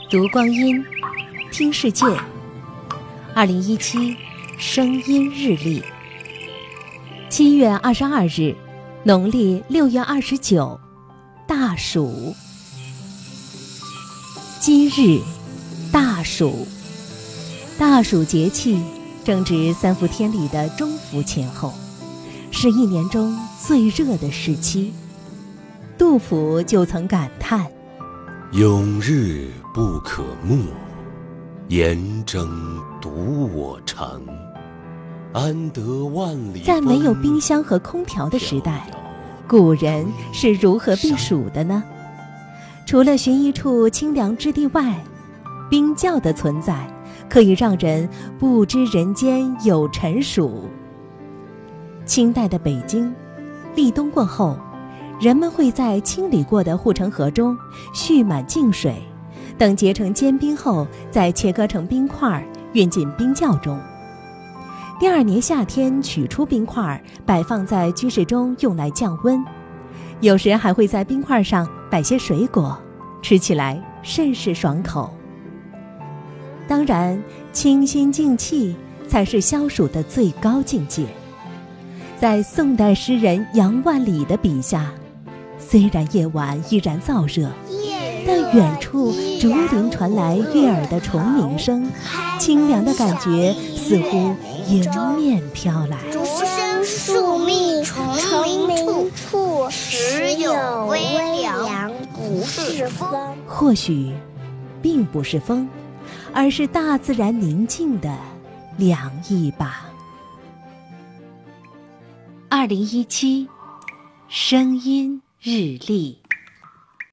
读光阴，听世界。2017声音日历，7月22日，农历6月29，大暑。今日大暑，大暑节气正值三伏天里的中伏前后，是一年中最热的时期。杜甫就曾感叹： 永日不可没，严征独我长。安得万里风。 在没有冰箱和空调的时代，古人是如何避暑的呢？除了寻一处清凉之地外，冰窖的存在可以让人不知人间有尘暑。清代的北京，立冬过后，人们会在清理过的护城河中蓄满净水，等结成坚冰后，再切割成冰块，运进冰窖中。第二年夏天取出冰块，摆放在居室中用来降温，有时还会在冰块上摆些水果，吃起来甚是爽口。当然，清心静气才是消暑的最高境界。在宋代诗人杨万里的笔下，虽然夜晚依然燥热，但远处竹林传来悦耳的虫鸣声，清凉的感觉似乎迎面飘来。 竹声树密虫鸣处，时有微凉，不是风。 或许并不是风，而是大自然宁静的凉意吧。2017声音日历。